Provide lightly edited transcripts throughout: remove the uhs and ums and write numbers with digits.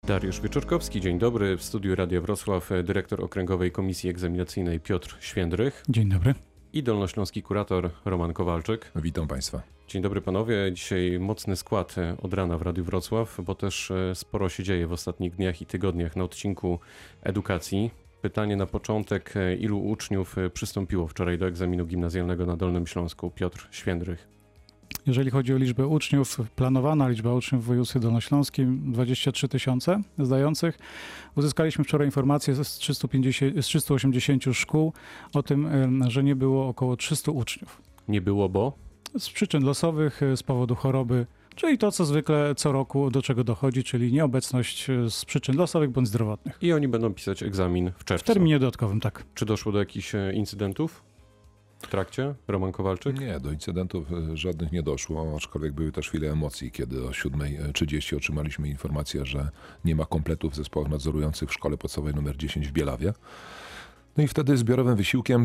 Dariusz Wieczorkowski, dzień dobry. W studiu Radia Wrocław dyrektor Okręgowej Komisji Egzaminacyjnej Piotr Świędrych. Dzień dobry. I dolnośląski kurator Roman Kowalczyk. Witam Państwa. Dzień dobry panowie. Dzisiaj mocny skład od rana w Radiu Wrocław, bo też sporo się dzieje w ostatnich dniach i tygodniach na odcinku edukacji. Pytanie na początek. Ilu uczniów przystąpiło wczoraj do egzaminu gimnazjalnego na Dolnym Śląsku? Piotr Świędrych. Jeżeli chodzi o liczbę uczniów, planowana liczba uczniów w województwie dolnośląskim 23 000 zdających. Uzyskaliśmy wczoraj informację z 380 szkół o tym, że nie było około 300 uczniów. Nie było, bo? Z przyczyn losowych, z powodu choroby, czyli to, co zwykle co roku do czego dochodzi, czyli nieobecność z przyczyn losowych bądź zdrowotnych. I oni będą pisać egzamin w czerwcu. W terminie dodatkowym, tak. Czy doszło do jakichś incydentów w trakcie? Roman Kowalczyk? Nie, do incydentów żadnych nie doszło, aczkolwiek były też chwile emocji, kiedy o 7:30 otrzymaliśmy informację, że nie ma kompletów zespołów nadzorujących w szkole podstawowej nr 10 w Bielawie. No i wtedy zbiorowym wysiłkiem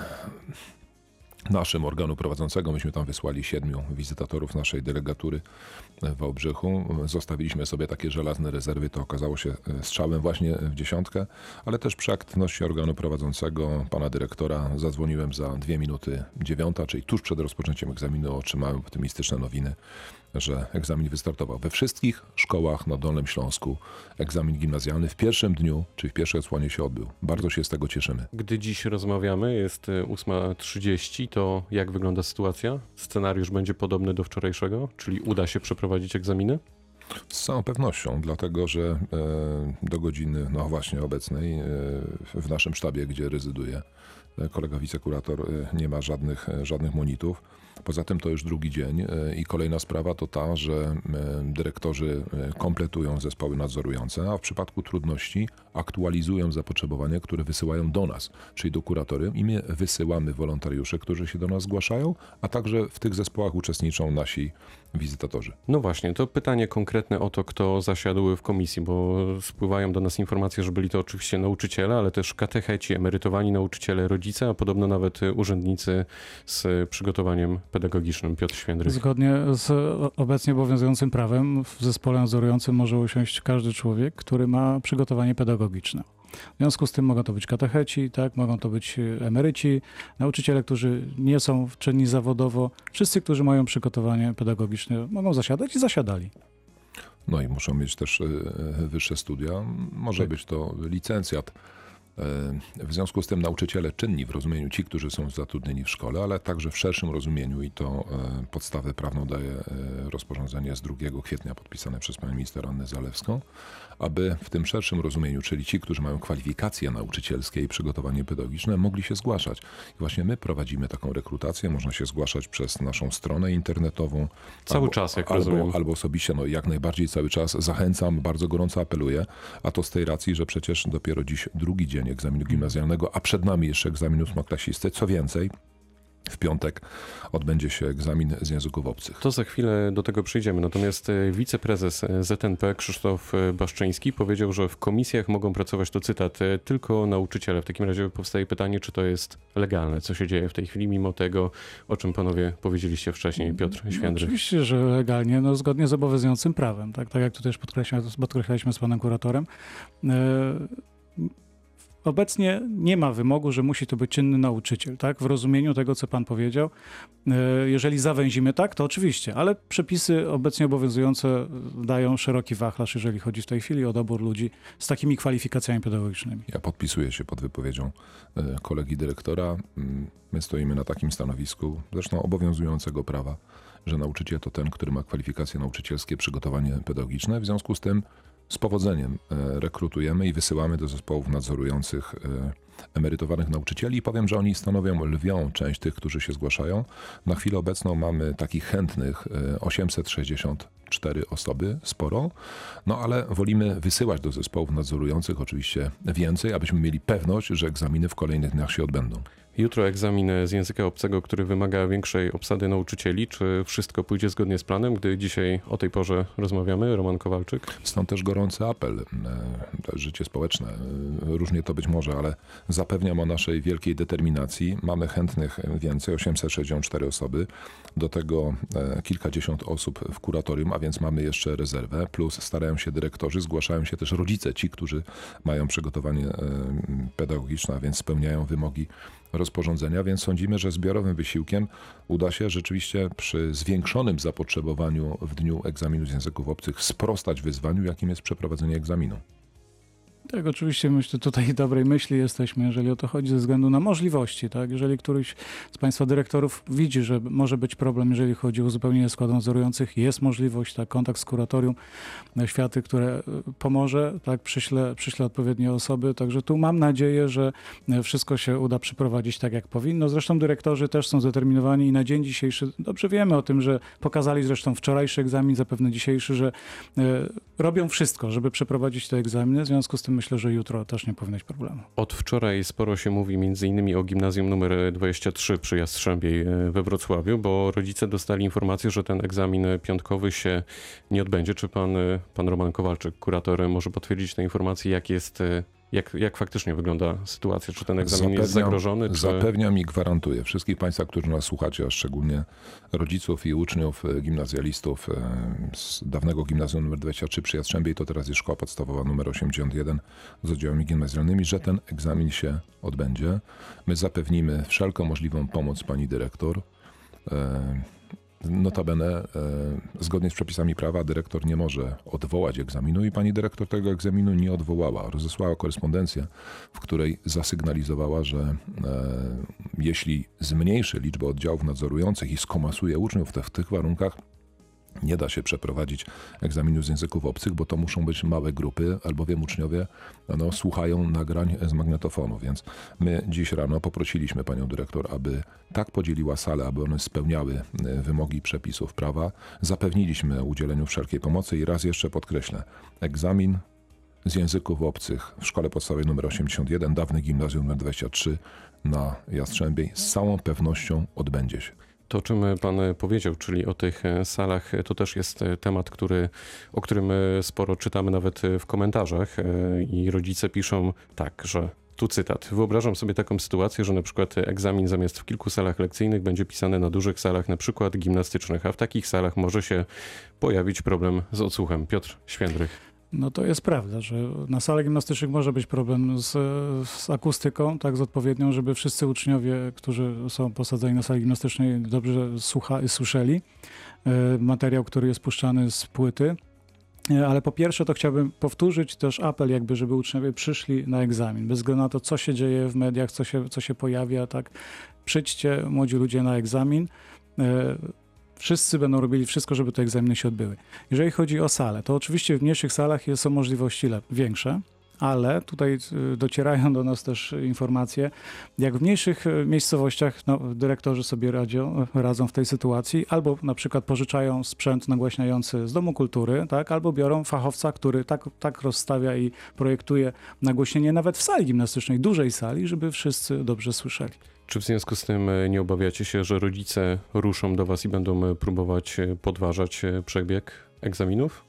naszym organu prowadzącego, myśmy tam wysłali 7 wizytatorów naszej delegatury w Wałbrzychu. Zostawiliśmy sobie takie żelazne rezerwy, to okazało się strzałem właśnie w dziesiątkę, ale też przy aktywności organu prowadzącego, pana dyrektora, zadzwoniłem za 9:02, czyli tuż przed rozpoczęciem egzaminu otrzymałem optymistyczne nowiny, że egzamin wystartował. We wszystkich szkołach na Dolnym Śląsku egzamin gimnazjalny w pierwszym dniu, czyli w pierwszej odsłonie się odbył. Bardzo się z tego cieszymy. Gdy dziś rozmawiamy, jest 8:30, to jak wygląda sytuacja? Scenariusz będzie podobny do wczorajszego, czyli uda się przeprowadzić egzaminy? Z całą pewnością, dlatego że do godziny właśnie obecnej w naszym sztabie, gdzie rezyduje kolega wicekurator, nie ma żadnych monitów. Poza tym to już drugi dzień i kolejna sprawa to ta, że dyrektorzy kompletują zespoły nadzorujące, a w przypadku trudności aktualizują zapotrzebowanie, które wysyłają do nas, czyli do kuratory, i my wysyłamy wolontariuszy, którzy się do nas zgłaszają, a także w tych zespołach uczestniczą nasi wizytatorzy. No właśnie, to pytanie konkretne o to, kto zasiadł w komisji, bo spływają do nas informacje, że byli to oczywiście nauczyciele, ale też katecheci, emerytowani nauczyciele, rodzice, a podobno nawet urzędnicy z przygotowaniem pedagogicznym. Piotr Świędrych. Zgodnie z obecnie obowiązującym prawem w zespole nadzorującym może usiąść każdy człowiek, który ma przygotowanie pedagogiczne. W związku z tym mogą to być katecheci, tak, mogą to być emeryci, nauczyciele, którzy nie są czynni zawodowo. Wszyscy, którzy mają przygotowanie pedagogiczne, mogą zasiadać i zasiadali. No i muszą mieć też wyższe studia. Może być to licencjat. W związku z tym nauczyciele czynni w rozumieniu ci, którzy są zatrudnieni w szkole, ale także w szerszym rozumieniu, i to podstawę prawną daje rozporządzenie z 2 kwietnia podpisane przez panią minister Annę Zalewską, aby w tym szerszym rozumieniu, czyli ci, którzy mają kwalifikacje nauczycielskie i przygotowanie pedagogiczne, mogli się zgłaszać. I właśnie my prowadzimy taką rekrutację, można się zgłaszać przez naszą stronę internetową. Cały czas, jak rozumiem. Albo osobiście, jak najbardziej cały czas. Zachęcam, bardzo gorąco apeluję, a to z tej racji, że przecież dopiero dziś drugi dzień egzaminu gimnazjalnego, a przed nami jeszcze egzamin ósmoklasisty. Co więcej, w piątek odbędzie się egzamin z języków obcych. To za chwilę do tego przyjdziemy. Natomiast wiceprezes ZNP Krzysztof Baszczyński powiedział, że w komisjach mogą pracować, to cytat, tylko nauczyciele. W takim razie powstaje pytanie, czy to jest legalne, co się dzieje w tej chwili, mimo tego, o czym panowie powiedzieliście wcześniej, Piotr Świędrych. Oczywiście, że legalnie, zgodnie z obowiązującym prawem. Tak jak tu też podkreślaliśmy z panem kuratorem. Obecnie nie ma wymogu, że musi to być czynny nauczyciel, tak? W rozumieniu tego, co pan powiedział. Jeżeli zawęzimy tak, to oczywiście, ale przepisy obecnie obowiązujące dają szeroki wachlarz, jeżeli chodzi w tej chwili o dobór ludzi z takimi kwalifikacjami pedagogicznymi. Ja podpisuję się pod wypowiedzią kolegi dyrektora. My stoimy na takim stanowisku, zresztą obowiązującego prawa, że nauczyciel to ten, który ma kwalifikacje nauczycielskie, przygotowanie pedagogiczne. W związku z tym z powodzeniem rekrutujemy i wysyłamy do zespołów nadzorujących emerytowanych nauczycieli i powiem, że oni stanowią lwią część tych, którzy się zgłaszają. Na chwilę obecną mamy takich chętnych 864 osoby, sporo, ale wolimy wysyłać do zespołów nadzorujących oczywiście więcej, abyśmy mieli pewność, że egzaminy w kolejnych dniach się odbędą. Jutro egzamin z języka obcego, który wymaga większej obsady nauczycieli. Czy wszystko pójdzie zgodnie z planem, gdy dzisiaj o tej porze rozmawiamy? Roman Kowalczyk. Stąd też gorący apel. Życie społeczne, różnie to być może, ale zapewniam o naszej wielkiej determinacji. Mamy chętnych więcej, 864 osoby. Do tego kilkadziesiąt osób w kuratorium, a więc mamy jeszcze rezerwę, plus starają się dyrektorzy, zgłaszają się też rodzice, ci, którzy mają przygotowanie pedagogiczne, a więc spełniają wymogi rozporządzenia, więc sądzimy, że zbiorowym wysiłkiem uda się rzeczywiście przy zwiększonym zapotrzebowaniu w dniu egzaminu z języków obcych sprostać wyzwaniu, jakim jest przeprowadzenie egzaminu. Tak, oczywiście myślę, tutaj dobrej myśli jesteśmy, jeżeli o to chodzi, ze względu na możliwości. Tak? Jeżeli któryś z Państwa dyrektorów widzi, że może być problem, jeżeli chodzi o uzupełnienie składów nadzorujących, jest możliwość, tak, kontakt z kuratorium oświaty, które pomoże, tak, przyśle odpowiednie osoby. Także tu mam nadzieję, że wszystko się uda przeprowadzić tak, jak powinno. Zresztą dyrektorzy też są zdeterminowani i na dzień dzisiejszy dobrze wiemy o tym, że pokazali zresztą wczorajszy egzamin, zapewne dzisiejszy, że robią wszystko, żeby przeprowadzić te egzaminy. W związku z tym myślę, że jutro też nie powinno być problemu. Od wczoraj sporo się mówi m.in. o gimnazjum numer 23 przy Jastrzębiej we Wrocławiu, bo rodzice dostali informację, że ten egzamin piątkowy się nie odbędzie. Czy pan Roman Kowalczyk, kurator, może potwierdzić tę informację, jak faktycznie wygląda sytuacja? Czy ten egzamin jest zagrożony? Zapewniam i gwarantuję wszystkich Państwa, którzy nas słuchacie, a szczególnie rodziców i uczniów, gimnazjalistów z dawnego gimnazjum nr 23 przy Jastrzębiej, to teraz jest szkoła podstawowa nr 81 z oddziałami gimnazjalnymi, że ten egzamin się odbędzie. My zapewnimy wszelką możliwą pomoc pani dyrektor. Notabene, zgodnie z przepisami prawa, dyrektor nie może odwołać egzaminu i pani dyrektor tego egzaminu nie odwołała. Rozesłała korespondencję, w której zasygnalizowała, że jeśli zmniejszy liczbę oddziałów nadzorujących i skomasuje uczniów w tych warunkach, nie da się przeprowadzić egzaminu z języków obcych, bo to muszą być małe grupy, albowiem uczniowie słuchają nagrań z magnetofonu. Więc my dziś rano poprosiliśmy panią dyrektor, aby tak podzieliła salę, aby one spełniały wymogi przepisów prawa. Zapewniliśmy udzieleniu wszelkiej pomocy i raz jeszcze podkreślę, egzamin z języków obcych w szkole podstawowej nr 81, dawne gimnazjum nr 23 na Jastrzębiej z całą pewnością odbędzie się. To, o czym pan powiedział, czyli o tych salach, to też jest temat, o którym sporo czytamy nawet w komentarzach i rodzice piszą tak, że tu cytat. Wyobrażam sobie taką sytuację, że na przykład egzamin zamiast w kilku salach lekcyjnych będzie pisany na dużych salach, na przykład gimnastycznych, a w takich salach może się pojawić problem z odsłuchem. Piotr Świędrych. No to jest prawda, że na salach gimnastycznych może być problem z akustyką, tak, z odpowiednią, żeby wszyscy uczniowie, którzy są posadzeni na sali gimnastycznej, dobrze słyszeli materiał, który jest puszczany z płyty. Ale po pierwsze to chciałbym powtórzyć też apel jakby, żeby uczniowie przyszli na egzamin, bez względu na to, co się dzieje w mediach, co się pojawia, tak. Przyjdźcie, młodzi ludzie, na egzamin. Wszyscy będą robili wszystko, żeby te egzaminy się odbyły. Jeżeli chodzi o salę, to oczywiście w mniejszych salach są możliwości większe, ale tutaj docierają do nas też informacje, jak w mniejszych miejscowościach dyrektorzy sobie radzą w tej sytuacji, albo na przykład pożyczają sprzęt nagłaśniający z Domu Kultury, tak, albo biorą fachowca, który tak rozstawia i projektuje nagłośnienie nawet w sali gimnastycznej, dużej sali, żeby wszyscy dobrze słyszeli. Czy w związku z tym nie obawiacie się, że rodzice ruszą do was i będą próbować podważać przebieg egzaminów?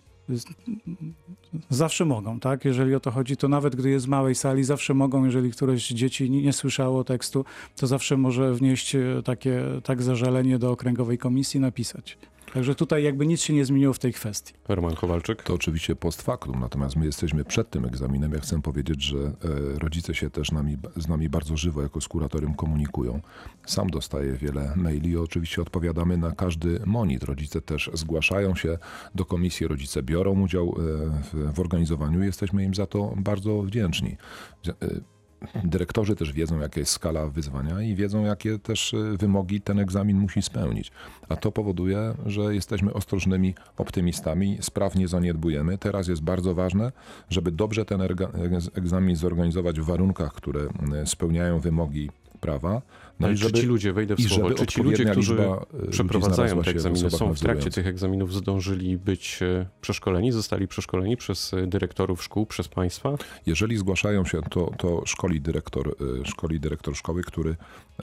Zawsze mogą, tak? Jeżeli o to chodzi, to nawet gdy jest w małej sali, zawsze mogą, jeżeli któreś z dzieci nie słyszało tekstu, to zawsze może wnieść takie zażalenie do okręgowej komisji, napisać. Także tutaj jakby nic się nie zmieniło w tej kwestii. Roman Kowalczyk. To oczywiście post factum, natomiast my jesteśmy przed tym egzaminem. Ja chcę powiedzieć, że rodzice się też z nami bardzo żywo jako z kuratorium komunikują. Sam dostaję wiele maili i oczywiście odpowiadamy na każdy monit. Rodzice też zgłaszają się do komisji, rodzice biorą udział w organizowaniu i jesteśmy im za to bardzo wdzięczni. Dyrektorzy też wiedzą, jaka jest skala wyzwania i wiedzą, jakie też wymogi ten egzamin musi spełnić. A to powoduje, że jesteśmy ostrożnymi optymistami, spraw nie zaniedbujemy. Teraz jest bardzo ważne, żeby dobrze ten egzamin zorganizować w warunkach, które spełniają wymogi prawa. No i czy ci ludzie, wejdę w słowo, czy ci ludzie, którzy przeprowadzają te egzaminy, są w trakcie tych egzaminów, zdążyli być przeszkoleni, zostali przeszkoleni przez dyrektorów szkół, przez państwa? Jeżeli zgłaszają się, to szkoli dyrektor szkoły, który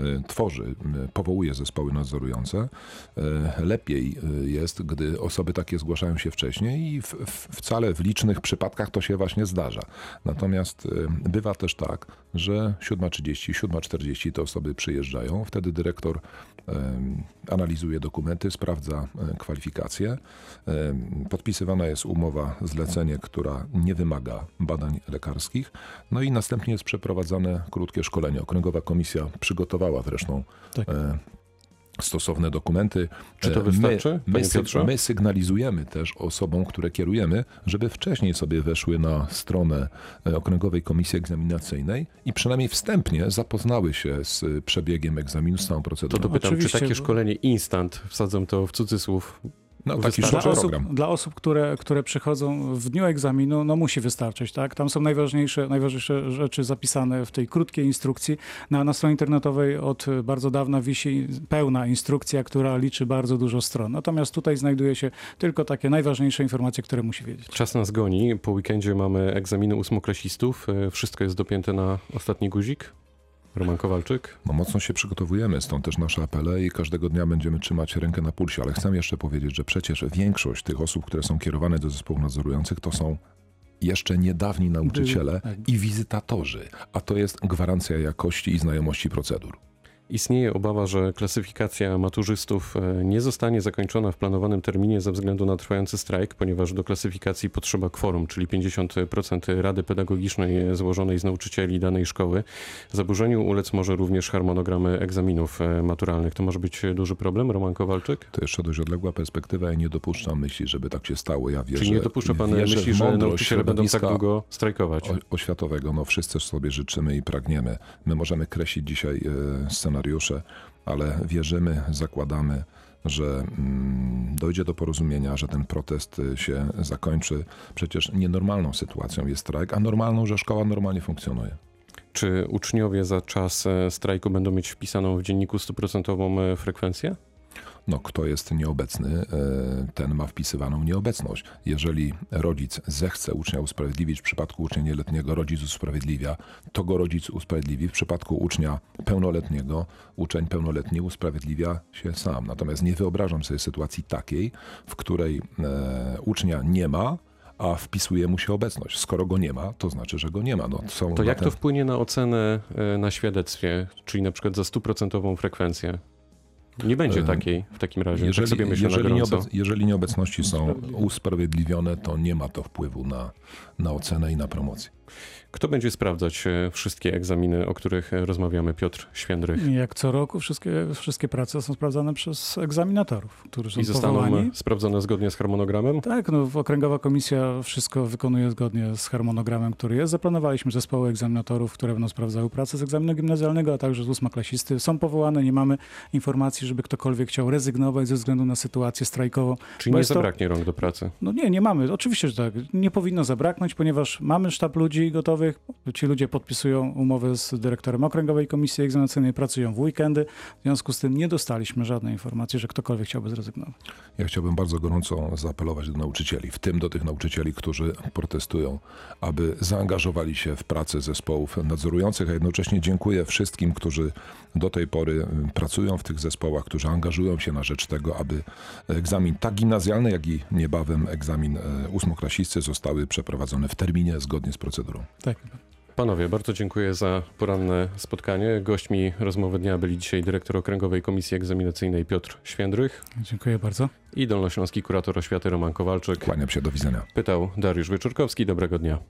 powołuje zespoły nadzorujące. Lepiej jest, gdy osoby takie zgłaszają się wcześniej i wcale w licznych przypadkach to się właśnie zdarza. Natomiast bywa też tak, że 7:30, 7:40 jeśli te osoby przyjeżdżają. Wtedy dyrektor analizuje dokumenty, sprawdza kwalifikacje. Podpisywana jest umowa, zlecenie, która nie wymaga badań lekarskich. No i następnie jest przeprowadzane krótkie szkolenie. Okręgowa komisja przygotowała zresztą Tak. stosowne dokumenty. Czy to wystarczy, panie Piotrze? My sygnalizujemy też osobom, które kierujemy, żeby wcześniej sobie weszły na stronę Okręgowej Komisji Egzaminacyjnej i przynajmniej wstępnie zapoznały się z przebiegiem egzaminu, z całą To procedurą. dopytam, czy Oczywiście, takie bo- szkolenie instant, wsadzam to w cudzysłów, No, taki wystarczy. szybki program. Dla osób, które przychodzą w dniu egzaminu, no musi wystarczyć, tak? Tam są najważniejsze rzeczy zapisane w tej krótkiej instrukcji. Na stronie internetowej od bardzo dawna wisi pełna instrukcja, która liczy bardzo dużo stron. Natomiast tutaj znajduje się tylko takie najważniejsze informacje, które musi wiedzieć. Czas nas goni. Po weekendzie mamy egzaminy ósmoklasistów. Wszystko jest dopięte na ostatni guzik. Roman Kowalczyk. No, mocno się przygotowujemy, stąd też nasze apele i każdego dnia będziemy trzymać rękę na pulsie, ale chcę jeszcze powiedzieć, że przecież większość tych osób, które są kierowane do zespołów nadzorujących, to są jeszcze niedawni nauczyciele Tak. i wizytatorzy, a to jest gwarancja jakości i znajomości procedur. Istnieje obawa, że klasyfikacja maturzystów nie zostanie zakończona w planowanym terminie ze względu na trwający strajk, ponieważ do klasyfikacji potrzeba kworum, czyli 50% Rady Pedagogicznej złożonej z nauczycieli danej szkoły. Zaburzeniu ulec może również harmonogram egzaminów maturalnych. To może być duży problem, Roman Kowalczyk? To jeszcze dość odległa perspektywa i nie dopuszczam myśli, żeby tak się stało. Ja wierzę, Czyli nie dopuszcza pan wierzę myśli, w że mądrość nauczyciele będą tak środowiska długo strajkować? oświatowego. No, wszyscy sobie życzymy i pragniemy. My możemy kreślić dzisiaj scenariusze, ale wierzymy, zakładamy, że dojdzie do porozumienia, że ten protest się zakończy. Przecież nienormalną sytuacją jest strajk, a normalną, że szkoła normalnie funkcjonuje. Czy uczniowie za czas strajku będą mieć wpisaną w dzienniku 100% frekwencję? No, kto jest nieobecny, ten ma wpisywaną nieobecność. Jeżeli rodzic zechce ucznia usprawiedliwić, w przypadku ucznia nieletniego rodzic usprawiedliwia, to go rodzic usprawiedliwi. W przypadku ucznia pełnoletniego, uczeń pełnoletni usprawiedliwia się sam. Natomiast nie wyobrażam sobie sytuacji takiej, w której ucznia nie ma, a wpisuje mu się obecność. Skoro go nie ma, to znaczy, że go nie ma. No, To jak to wpłynie na ocenę na świadectwie, czyli na przykład za 100% frekwencję? Nie będzie takiej w takim razie, tak sobie myślę na gorąco. Jeżeli nieobecności są usprawiedliwione, to nie ma to wpływu na ocenę i na promocję. Kto będzie sprawdzać wszystkie egzaminy, o których rozmawiamy? Piotr Świędrych. Jak co roku wszystkie prace są sprawdzane przez egzaminatorów, którzy są I zostaną powołani. sprawdzone zgodnie z harmonogramem? Tak, no Okręgowa Komisja wszystko wykonuje zgodnie z harmonogramem, który jest. Zaplanowaliśmy zespoły egzaminatorów, które będą sprawdzały pracę z egzaminu gimnazjalnego, a także z ósmoklasisty. Są powołane, nie mamy informacji, żeby ktokolwiek chciał rezygnować ze względu na sytuację strajkową. Czyli Bo nie jest to- zabraknie rąk do pracy? No nie mamy. Oczywiście, że tak. Nie powinno zabraknąć, ponieważ mamy sztab ludzi gotowych. Ci ludzie podpisują umowę z dyrektorem Okręgowej Komisji Egzaminacyjnej, pracują w weekendy. W związku z tym nie dostaliśmy żadnej informacji, że ktokolwiek chciałby zrezygnować. Ja chciałbym bardzo gorąco zaapelować do nauczycieli, w tym do tych nauczycieli, którzy protestują, aby zaangażowali się w pracę zespołów nadzorujących, a jednocześnie dziękuję wszystkim, którzy do tej pory pracują w tych zespołach, którzy angażują się na rzecz tego, aby egzamin tak gimnazjalny, jak i niebawem egzamin ósmoklasisty zostały przeprowadzone w terminie zgodnie z procedurą. Tak. Panowie, bardzo dziękuję za poranne spotkanie. Gośćmi rozmowy dnia byli dzisiaj dyrektor Okręgowej Komisji Egzaminacyjnej Piotr Świędrych Dziękuję bardzo. i dolnośląski kurator oświaty Roman Kowalczyk. Kłaniam się, do widzenia. Pytał Dariusz Wieczorkowski. Dobrego dnia.